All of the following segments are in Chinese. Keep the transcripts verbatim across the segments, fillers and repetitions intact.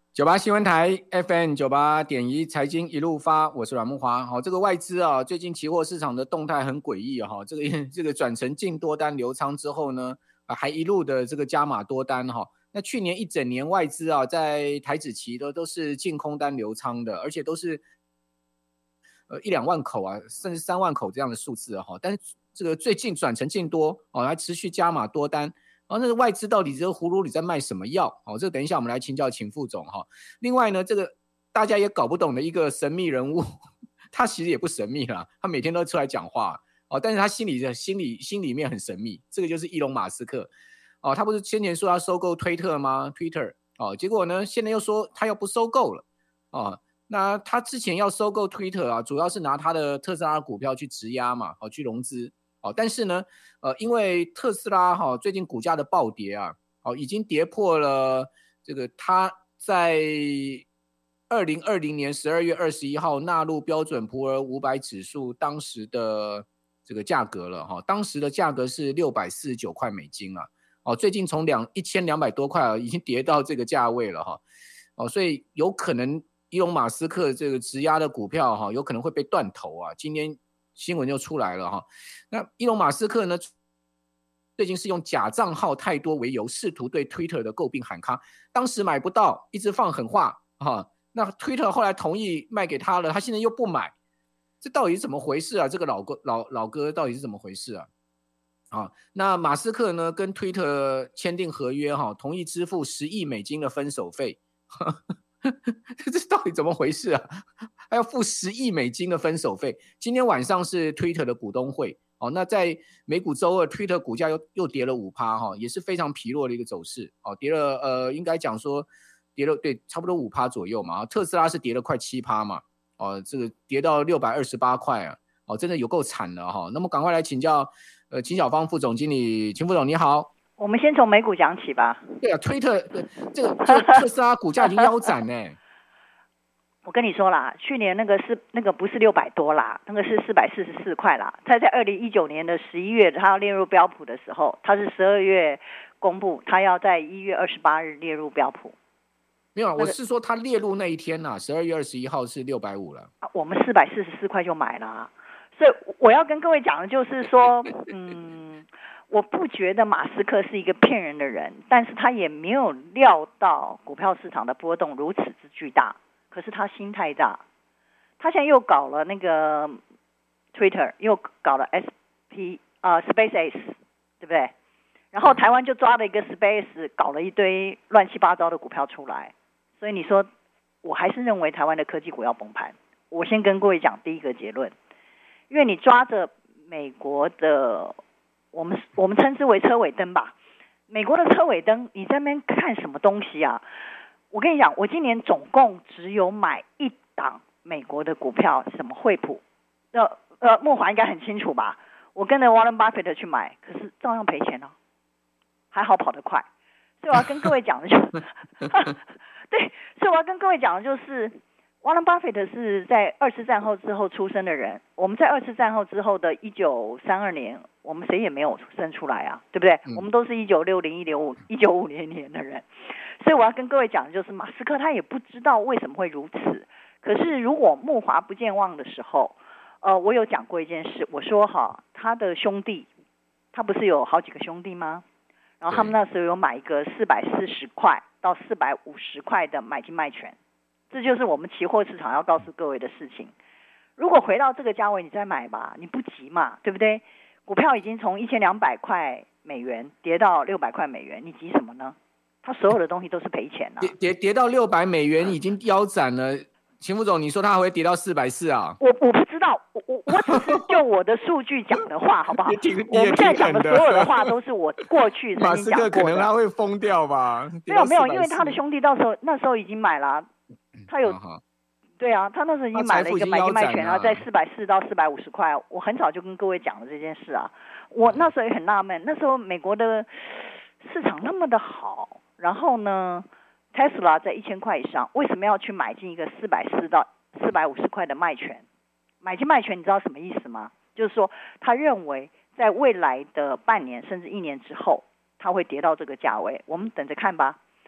九八新闻台 F M 九八点一财经一路发，我是阮慕骅。好，这个外资啊，最近期货市场的动态很诡异哈、啊。这个这个转成净多单流仓之后呢，啊、还一路的这个加码多单哈、啊。那去年一整年外资啊，在台指期都都是净空单流仓的，而且都是呃一两万口啊，甚至三万口这样的数字哈、啊。但是这个最近转成净多哦、啊，还持续加码多单。然后那个外资到底这个葫芦里在卖什么药？好，这个等一下我们来请教秦副总哈。另外呢，这个大家也搞不懂的一个神秘人物，他其实也不神秘啦，他每天都出来讲话哦，但是他心里的心里心里面很神秘。这个就是伊隆马斯克哦，他不是先前说要收购推特吗 ？Twitter 哦，结果呢，现在又说他又不收购了哦。那他之前要收购 Twitter 啊，主要是拿他的特斯拉股票去质押嘛，哦，去融资。哦，但是呢，呃，因为特斯拉哈、哦、最近股价的暴跌啊，哦，已经跌破了这个它在二零二零年十二月二十一号纳入标准普尔五百指数当时的这个价格了哈、哦，当时的价格是六百四十九块美金啊，哦，最近从两一千两百多块啊，已经跌到这个价位了哈、哦，哦，所以有可能伊隆马斯克这个质押的股票哈、哦，有可能会被断头啊，今天新闻就出来了哈。那伊隆马斯克呢，最近是用假账号太多为由，试图对 Twitter 的诟病喊卡。当时买不到，一直放狠话哈。那 Twitter 后来同意卖给他了，他现在又不买，这到底是怎么回事啊？这个老哥老老哥到底是怎么回事啊？啊，那马斯克呢跟 Twitter 签订合约哈，同意支付十亿美金的分手费。这到底怎么回事啊？还要付十亿美金的分手费。今天晚上是 Twitter 的股东会哦，那在美股周二 Twitter 股价又又跌了 百分之五 哈，也是非常疲弱的一个走势哦，跌了呃应该讲说跌了对差不多 百分之五 左右嘛，特斯拉是跌了快 百分之七 嘛，哦这个跌到六百二十八块啊，哦真的有够惨了哈、哦。那么赶快来请教呃秦小芳副总经理，秦副总你好。 我们先从美股讲起吧。 对啊 ，Twitter 这个这个特斯拉股价已经腰斩呢。 我跟你说啦，去年那个是那个不是六百多啦，那个是四百四十四块啦。他在二零一九年的十一月，他要列入标普的时候，他是十二月公布，他要在一月二十八日列入标普。 没有、啊，我是说他列入那一天呐、啊，十二月二十一号是六百五了。 我们四百四十四块就买了、啊，所以我要跟各位讲的就是说，嗯。我不觉得马斯克是一个骗人的人，但是他也没有料到股票市场的波动如此之巨大。可是他心太大，他现在又搞了那个 Twitter， 又搞了 S P 呃 SpaceX， 对不对？然后台湾就抓了一个 Space， 搞了一堆乱七八糟的股票出来。所以你说，我还是认为台湾的科技股要崩盘。我先跟各位讲第一个结论，因为你抓着美国的。我们我们称之为车尾灯吧，美国的车尾灯，你在那边看什么东西啊？我跟你讲，我今年总共只有买一档美国的股票，什么惠普，呃呃，莫华应该很清楚吧？我跟着 Warren Buffett 去买，可是照样赔钱哦，还好跑得快。所以我要跟各位讲的就，对，所以我要跟各位讲的就是。Warren Buffett 是在二次战后之后出生的人，我们在二次战后之后的一九三二年，我们谁也没有生出来啊，对不对？嗯、我们都是一九六零、一九五零年的人，所以我要跟各位讲的就是，马斯克他也不知道为什么会如此。可是如果慕骅不健忘的时候，呃，我有讲过一件事，我说哈，他的兄弟，他不是有好几个兄弟吗？然后他们那时候有买一个四百四十块到四百五十块的买进卖权。这就是我们期货市场要告诉各位的事情。如果回到这个价位，你再买吧，你不急嘛，对不对？股票已经从一千两百块美元跌到六百块美元，你急什么呢？它所有的东西都是赔钱啊。 跌跌跌到六百美元已经腰斩了。秦副总，你说它还会跌到四百四啊？ 我我不知道，我我我只是就我的数据讲的话，好不好？我们现在讲的所有的话都是我过去曾经讲过的。 马斯克可能他会疯掉吧？ 没有没有，因为他的兄弟到时候那时候已经买了、啊。他有， 哦、 对啊，他那时候已经买了一个买进卖权啊，在四百四到四百五十块。我很早就跟各位讲了这件事啊。我那时候也很纳闷，那时候美国的市场那么的好，然后呢 ，Tesla 在一千块以上，为什么要去买进一个四百四到四百五十块的卖权？买进卖权，你知道什么意思吗？就是说，他认为在未来的半年甚至一年之后，它会跌到这个价位，我们等着看吧。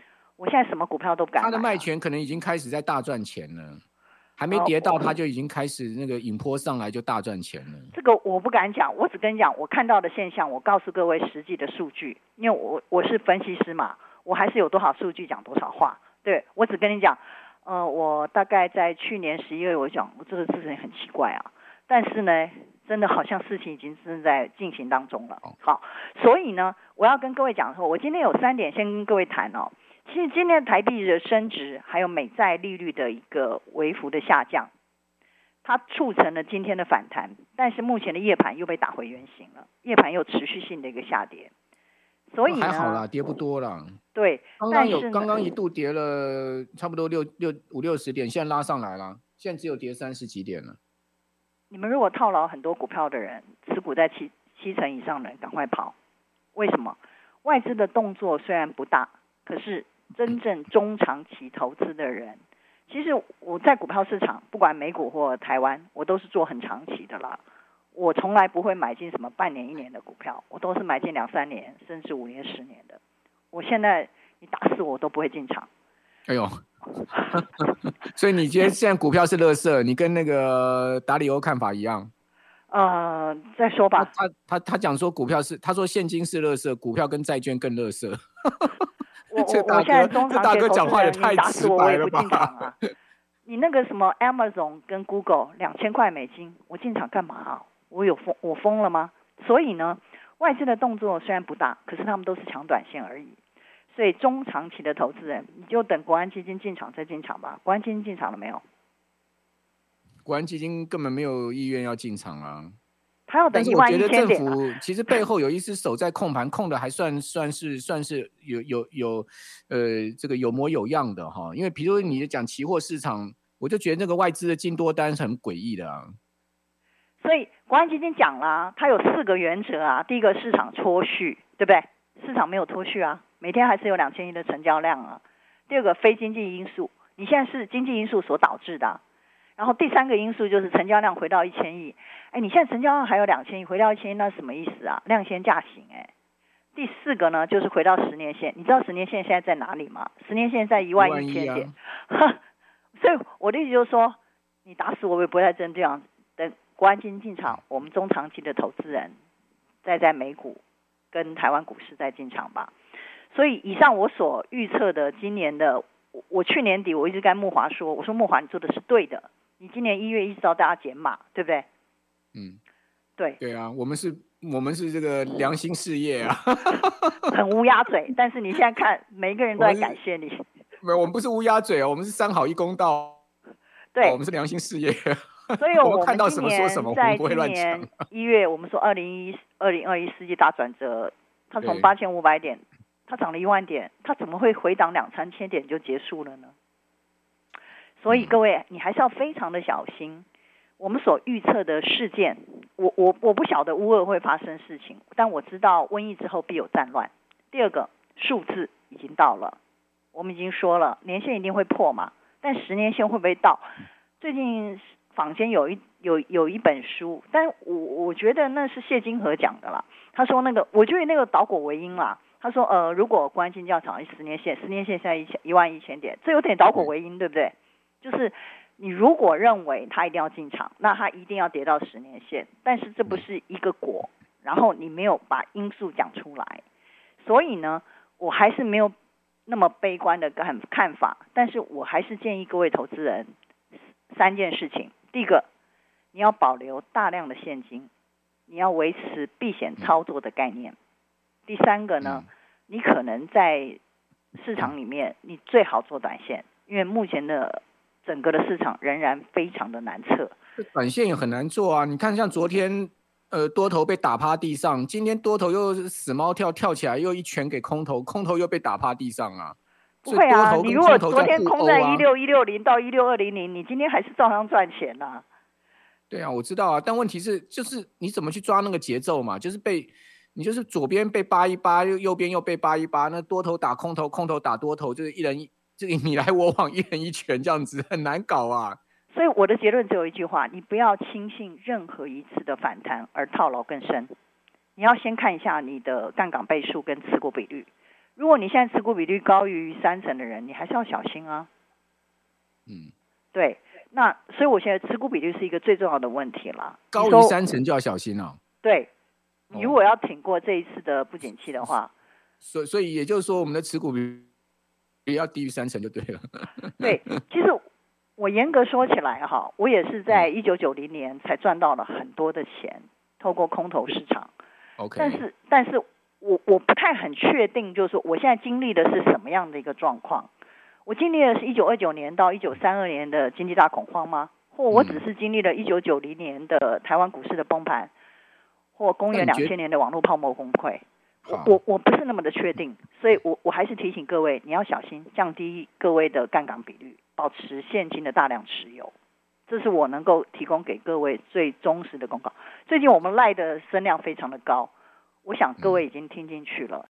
我现在什么股票都不敢买、啊。 他的卖权可能已经开始在大赚钱了，还没跌到他就已经开始那个引波上来就大赚钱了。 这个我不敢讲，我只跟你讲我看到的现象，我告诉各位实际的数据，因为我我是分析师嘛，我还是有多少数据讲多少话。对，我只跟你讲，呃，我大概在去年十一月我讲，我这个事情很奇怪啊，但是呢，真的好像事情已经正在进行当中了。好，所以呢，我要跟各位讲说，我今天有三点先跟各位谈哦。其实今天台币的升值，还有美债利率的一个微幅的下降，它促成了今天的反弹，但是目前的夜盘又被打回原形了，夜盘又持续性的一个下跌，所以呢还好啦，跌不多啦。 对， 刚刚有刚刚一度跌了差不多六六五六十点，现在拉上来了，现在只有跌三十几点了。 你们如果套牢很多股票的人，持股在七七成以上的人，赶快跑。为什么？外资的动作虽然不大，可是真正中长期投资的人，其实我在股票市场，不管美股或台湾，我都是做很长期的啦。我从来不会买进什么半年一年的股票，我都是买进两三年甚至五年十年的。我现在你打死我都不会进场。 哎呦，所以你觉得现在股票是垃圾，你跟那个达里欧看法一样？ 呃，再说吧。 他他他讲说股票是，他说现金是垃圾，股票跟债券更垃圾。 我我我现在中长期投资人，你打死我我也不进场啊！你那个什么 Amazon 跟 Google 两千块美金，我进场干嘛啊？我有疯我疯了吗？所以呢，外资的动作虽然不大，可是他们都是抢短线而已。所以中长期的投资人，你就等国安基金进场再进场吧。国安基金进场了没有？ 国安基金根本没有意愿要进场啊。 他要等一万一千点。 但是我觉得政府其实背后有一只手在控盘，控的还算算是算是有有有呃这个有模有样的哈。因为比如你讲期货市场，我就觉得那个外资的进多单是很诡异的啊。 所以国安基金讲啦，它有四个原则啊。第一个，市场脱序，对不对？市场没有脱序啊，每天还是有两千亿的成交量啊。第二个，非经济因素，你现在是经济因素所导致的啊。然后第三个因素就是成交量回到一千亿，哎，你现在成交量还有两千亿，回到一千亿，那是什么意思啊？量先价行哎。第四个呢，就是回到十年线，你知道十年线现在在哪里吗？十年线在一万一千点，啊、所以我的意思就是说，你打死我也不会再这样。等国安基金进场，我们中长期的投资人再在美股跟台湾股市再进场吧。所以以上我所预测的今年的，我去年底我一直跟慕华说，我说慕华你做的是对的。你今年一月一直到大家减码，对不对？ 嗯， 对。 对啊，我们是，我们是这个良心事业啊， 很乌鸦嘴。但是你现在看，每一个人都在感谢你。 没有，我们不是乌鸦嘴哦，我们是三好一公道。 对、 哦，我们是良心事业。 所以我们看到什么说什么，我们不会乱讲。 一月，我们说二零一二零二一世纪大转折，它从八千五百点，它涨了一万点，它怎么会回档两三千点就结束了呢？所以各位，你还是要非常的小心。我们所预测的事件，我我我不晓得乌俄会发生事情，但我知道瘟疫之后必有战乱。第二个，数字已经到了，我们已经说了，年线一定会破嘛，但十年线会不会到？最近坊间有一有有一本书，但我我觉得那是谢金河讲的啦。他说那个，我觉得那个倒果为因啦。他说呃，如果关键要涨十年线，十年线现在一千一万一千点，这有点倒果为因，对不对？就是你如果认为它一定要进场，那它一定要跌到十年线，但是这不是一个果，然后你没有把因素讲出来，所以呢，我还是没有那么悲观的看看法，但是我还是建议各位投资人三件事情。第一个，你要保留大量的现金，你要维持避险操作的概念。第三个呢，你可能在市场里面，你最好做短线，因为目前的整个的市场仍然非常的难测， 短线也很难做啊！你看，像昨天，呃，多头被打趴地上，今天多头又死猫跳跳起来，又一拳给空头，空头又被打趴地上啊！ 不会啊，你如果昨天空在一六一六零到一六二零零，你今天还是照样赚钱啊。 对啊，我知道啊，但问题是，就是你怎么去抓那个节奏嘛？就是被你就是左边被扒一扒，右边又被扒一扒，那多头打空头，空头打多头，就是一人一。这个你来我往，一人一拳，这样子很难搞啊。 所以我的结论只有一句话：你不要轻信任何一次的反弹而套牢更深。你要先看一下你的杠杆倍数跟持股比率。 如果你现在持股比率高于三成的人，你还是要小心啊。 嗯， 对，那所以我现在持股比率是一个最重要的问题了。 高于三成就要小心了、哦。 对，你如果要挺过这一次的不景气的话， 所以所以也就是说，我们的持股比率要低于三成就对了。 对，其实我严格说起来哈，我也是在一九九零年才赚到了很多的钱，透过空头市场。 OK， 但是但是我我不太很确定，就是说我现在经历的是什么样的一个状况？我经历的是一九二九年到一九三二年的经济大恐慌吗？或我只是经历了一九九零年的台湾股市的崩盘，或公元两千年的网络泡沫崩溃？我我我不是那么的确定，所以我我还是提醒各位，你要小心，降低各位的杠杆比率，保持现金的大量持有。这是我能够提供给各位最忠实的公告。最近我们赖的声量非常的高，我想各位已经听进去了。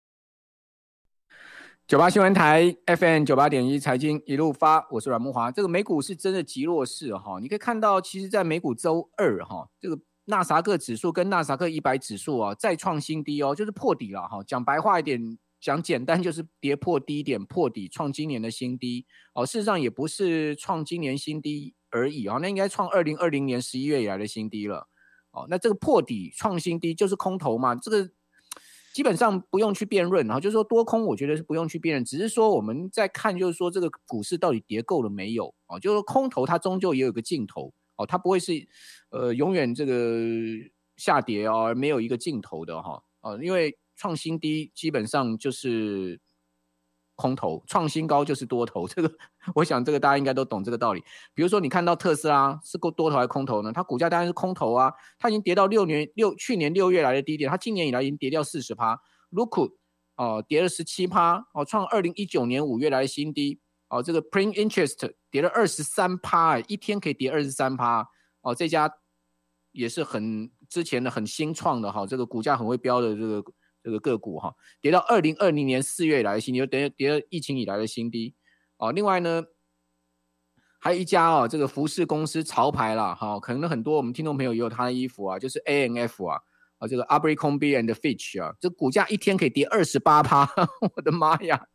九八新闻台 F M 九八点一财经一路发，我是阮慕骅。这个美股是真的极弱势哈，你可以看到，其实在美股周二哈，这个纳斯达克指数跟纳斯达克一百指数啊再创新低哦，就是破底了哈。讲白话一点，讲简单就是跌破低点，破底创今年的新低哦。事实上也不是创今年新低而已啊，那应该创二零二零年十一月以来的新低了哦。那这个破底创新低就是空头嘛，这个基本上不用去辩论，然后就是说多空，我觉得是不用去辩论，只是说我们在看，就是说这个股市到底跌够了没有哦，就是说空头它终究也有个尽头哦，它不会是呃永远这个下跌哦，而没有一个尽头的哈哦，因为创新低基本上就是空头，创新高就是多头，这个我想这个大家应该都懂这个道理。比如说你看到特斯拉是多头还是空头呢？它股价当然是空头啊，它已经跌到六年六去年六月来的低点，它今年以来已经跌掉 百分之四十。 Roku 哦跌了 百分之十七 哦，创二零一九年五月来的新低哦，这个 Prime Interest 跌了 百分之二十三、欸、一天可以跌 百分之二十三 哦，这家也是很之前的很新创的哈，这个股价很会飙的这个这个个股哈，跌到二零二零年四月以来的新低，又跌跌了疫情以来的新低哦。另外呢，还有一家哦，这个服饰公司潮牌啦，哈，可能很多我们听众朋友也有他的衣服啊，就是 A N F 啊，啊这个 Abercrombie and Fitch 啊，这股价一天可以跌 百分之二十八， 我的妈呀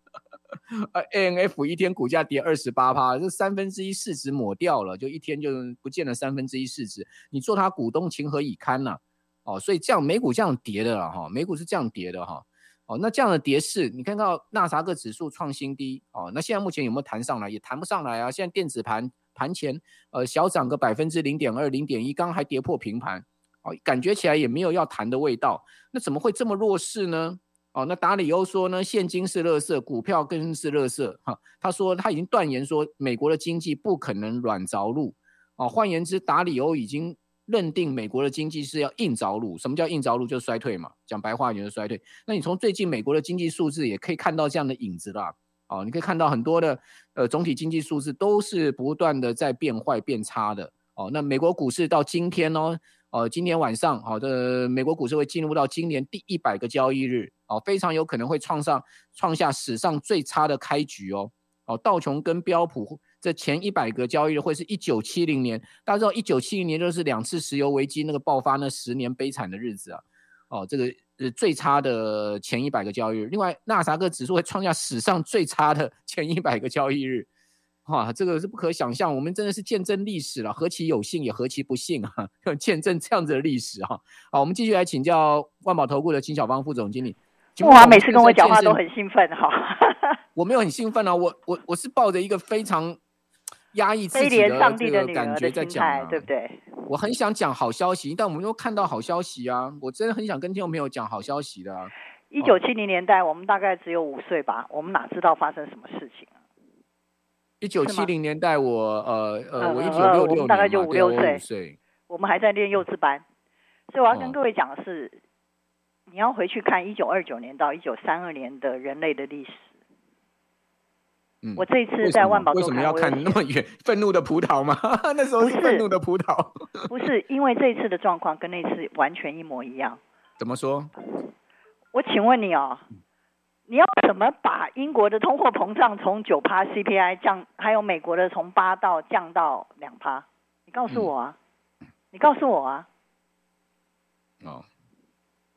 ！A N F 一天股价跌 百分之二十八， 这三分之一市值抹掉了，就一天就不见了三分之一市值，你做他股东情何以堪呢、啊？哦，所以这样美股这样跌的啦，哈，美股是这样跌的哈。哦，那这样的跌势，你看到纳斯达克指数创新低哦，那现在目前有没有弹上来？也弹不上来啊。现在电子盘盘前呃小涨个百分之零点二、零点一，刚刚还跌破平盘，哦，感觉起来也没有要弹的味道。那怎么会这么弱势呢？哦，那达里欧说呢，现金是垃圾，股票更是垃圾。哈，他说他已经断言说，美国的经济不可能软着陆。哦，换言之，达里欧已经认定美国的经济是要硬着陆。什么叫硬着陆？就是衰退嘛，讲白话一点就是衰退。那你从最近美国的经济数字也可以看到这样的影子啦。哦，你可以看到很多的呃总体经济数字都是不断的在变坏变差的。哦，那美国股市到今天哦，呃，今天晚上好的、哦、美国股市会进入到今年第一百个交易日，哦，非常有可能会创上创下史上最差的开局哦。哦，道琼跟标普这前一百个交易日会是一九七零年，大家知道一九七零年就是两次石油危机那个爆发那十年悲惨的日子啊。哦，这个呃最差的前一百个交易日，另外纳斯达克指数会创下史上最差的前一百个交易日。哇，这个是不可想象，我们真的是见证历史了，何其有幸也何其不幸啊！见证这样子的历史啊！好，我们继续来请教万宝投顾的秦小芳副总经理。 哇，每次跟我讲话都很兴奋哈。 我没有很兴奋啊，我我我是抱着一个非常压抑自己的这个感觉在讲啊， 对不对？ 我很想讲好消息，但我们又看到好消息啊，我真的很想跟听众朋友讲好消息的啊。 一九七零年代，我们大概只有五岁吧，我们哪知道发生什么事情啊？ 一九七零年代我，我呃呃，我一九六六年嘛， 大概就五六岁， 五岁， 我们还在练幼稚班，所以我要跟各位讲的是，哦、你要回去看一九二九年到一九三二年的人类的历史。 嗯， 我这一次在万宝为什么要看那么远？愤怒的葡萄吗？那时候是愤怒的葡萄。 不是，不是因为这一次的状况跟那次完全一模一样。 怎么说？ 我请问你哦。你要怎么把英国的通货膨胀从 百分之九 C P I 降，还有美国的从八到降到 百分之二？ 你告诉我啊、嗯、你告诉我啊。 哦，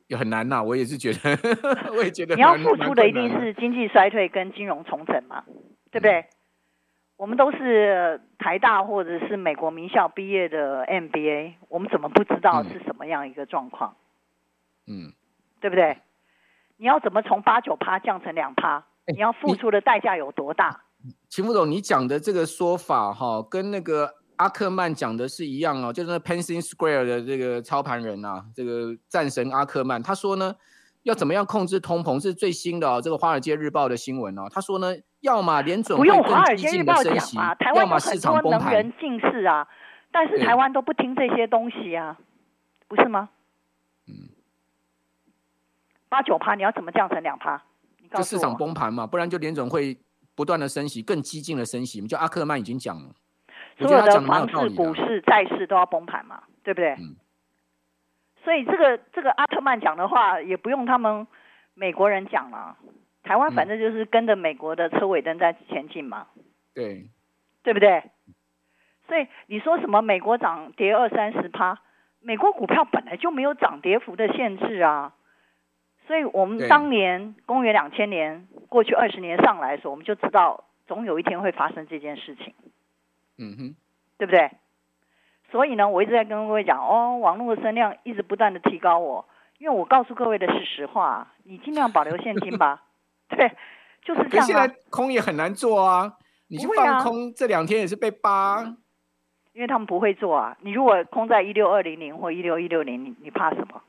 也很难呐、啊，我也是觉得，我也觉得你要付出的一定是经济衰退跟金融重整嘛，对不对？嗯、我们都是台大或者是美国名校毕业的 M B A， 我们怎么不知道是什么样一个状况？嗯，对不对？你要怎么从八九趴降成两趴？你要付出的代价有多大？ 秦副总，你讲的这个说法哈，跟那个阿克曼讲的是一样哦，就是那 Pension Square 的这个操盘人啊，这个战神阿克曼，他说呢，要怎么样控制通膨是最新的哦，这个《华尔街日报》的新闻哦，他说呢，要么联准会更激进的升息， 台湾有很多能源近视啊，但是台湾都不听这些东西啊，不是吗？嗯，八九趴你要怎么降成两趴？ 就市场崩盘嘛，不然就联准会不断的升息，更激进的升息。就阿克曼已经讲了， 所有的房市、股市、债市都要崩盘嘛，对不对？嗯、所以这个这个阿克曼讲的话，也不用他们美国人讲了，台湾反正就是跟着美国的车尾灯在前进嘛， 对， 对不对？所以你说什么美国涨跌二三十趴，美国股票本来就没有涨跌幅的限制啊。所以我们当年公元两千年过去二十年上来的时候，我们就知道总有一天会发生这件事情，嗯哼，对不对？所以呢，我一直在跟各位讲哦，网络的声量一直不断的提高我，因为我告诉各位的是实话，你尽量保留现金吧，对，就是这样、啊。 可是现在空也很难做啊，你去放空、啊、这两天也是被扒， 因为他们不会做啊。你如果空在一六二零零或一六一六零，你你怕什么？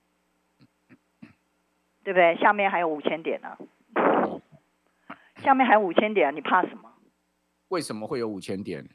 对不对？下面还有五千点呢、啊，下面还有五千点、啊，你怕什么？ 为什么会有五千点？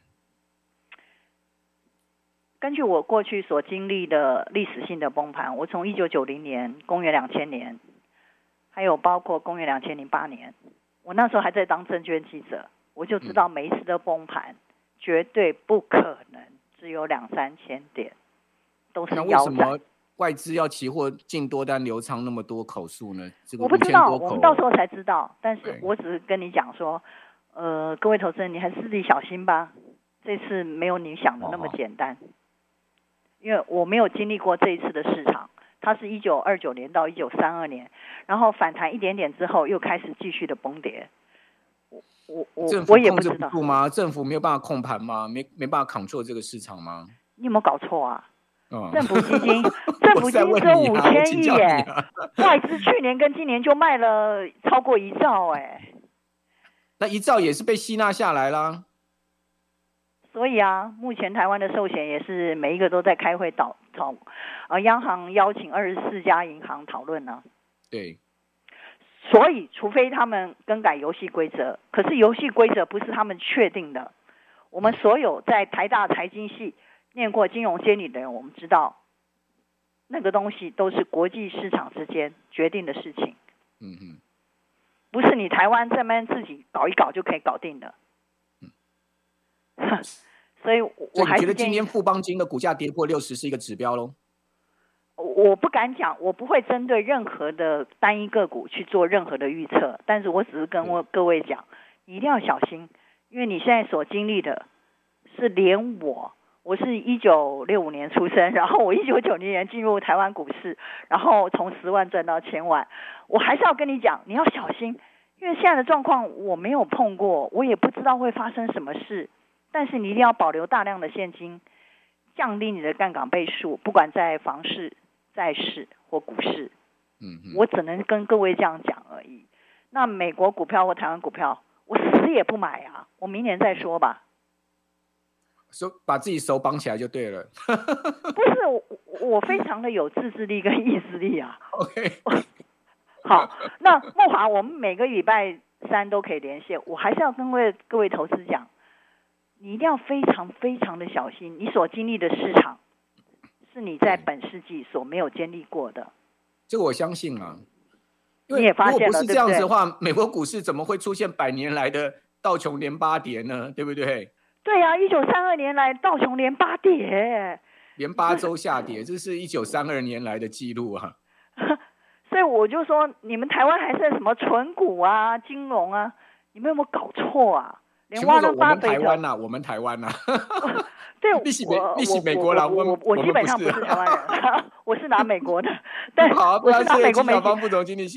根据我过去所经历的历史性的崩盘，我从一九九零年、公元两千年，还有包括公元两千零八年，我那时候还在当证券记者，我就知道每一次的崩盘、嗯、绝对不可能只有两三千点，都是腰斩。 外资要期货净多单流仓那么多口数呢？这个、 我不知道，我们到时候才知道。但是我只是跟你讲说，呃，各位投资人，你还是自己小心吧。这次没有你想的那么简单，哦、因为我没有经历过这一次的市场，它是一九二九年到一九三二年，然后反弹一点点之后，又开始继续的崩跌。我我我我也不知道吗？政府没有办法控盘吗？没没办法 control 这个市场吗？ 你有没有搞错啊？哦、政府基金，政府基金只有五千亿耶，啊啊、外资去年跟今年就卖了超过一兆哎， 那一兆也是被吸纳下来啦。 所以啊，目前台湾的寿险也是每一个都在开会讨讨，呃，央行邀请二十四家银行讨论呢。 对。 所以，除非他们更改游戏规则，可是游戏规则不是他们确定的。我们所有在台大财经系念过金融监理的人，我们知道那个东西都是国际市场之间决定的事情。嗯嗯，不是你台湾这边自己搞一搞就可以搞定的。嗯、所以我还是觉得今天富邦金的股价跌破六十是一个指标咯。 我不敢讲，我不会针对任何的单一个股去做任何的预测，但是我只是跟我各位讲，你一定要小心，因为你现在所经历的是连我。我是一九六五年出生，然后我一九九零年进入台湾股市，然后从十万赚到千万。我还是要跟你讲，你要小心，因为现在的状况我没有碰过，我也不知道会发生什么事。但是你一定要保留大量的现金，降低你的杠杆倍数，不管在房市、债市或股市。嗯，我只能跟各位这样讲而已。那美国股票或台湾股票，我死也不买啊，我明年再说吧。 手把自己手绑起来就对了。 不是我，我非常的有自制力跟意志力啊。 OK， 好，那慕华，我们每个礼拜三都可以连线。我还是要跟各位各位投资讲，你一定要非常非常的小心，你所经历的市场是你在本世纪所没有经历过的。 这个我相信啊，因为你也发现了， 如果不是这样子的话，对不对？美国股市怎么会出现百年来的道琼连八跌呢？对不对？ 对啊，一九三二年来道琼连八跌， 连八周下跌，这是一九三二年来的记录啊。 所以我就说，你们台湾还是什么纯股啊、金融啊，你们有没有搞错啊？ 连沃伦巴菲特， 我们台湾呐、啊，我们台湾呐、啊。 对， 你是美我你是美国人， 我我我我基本上不是台湾人，我是拿美国的，但好，不然我是拿美国媒体。 小芳副总经理。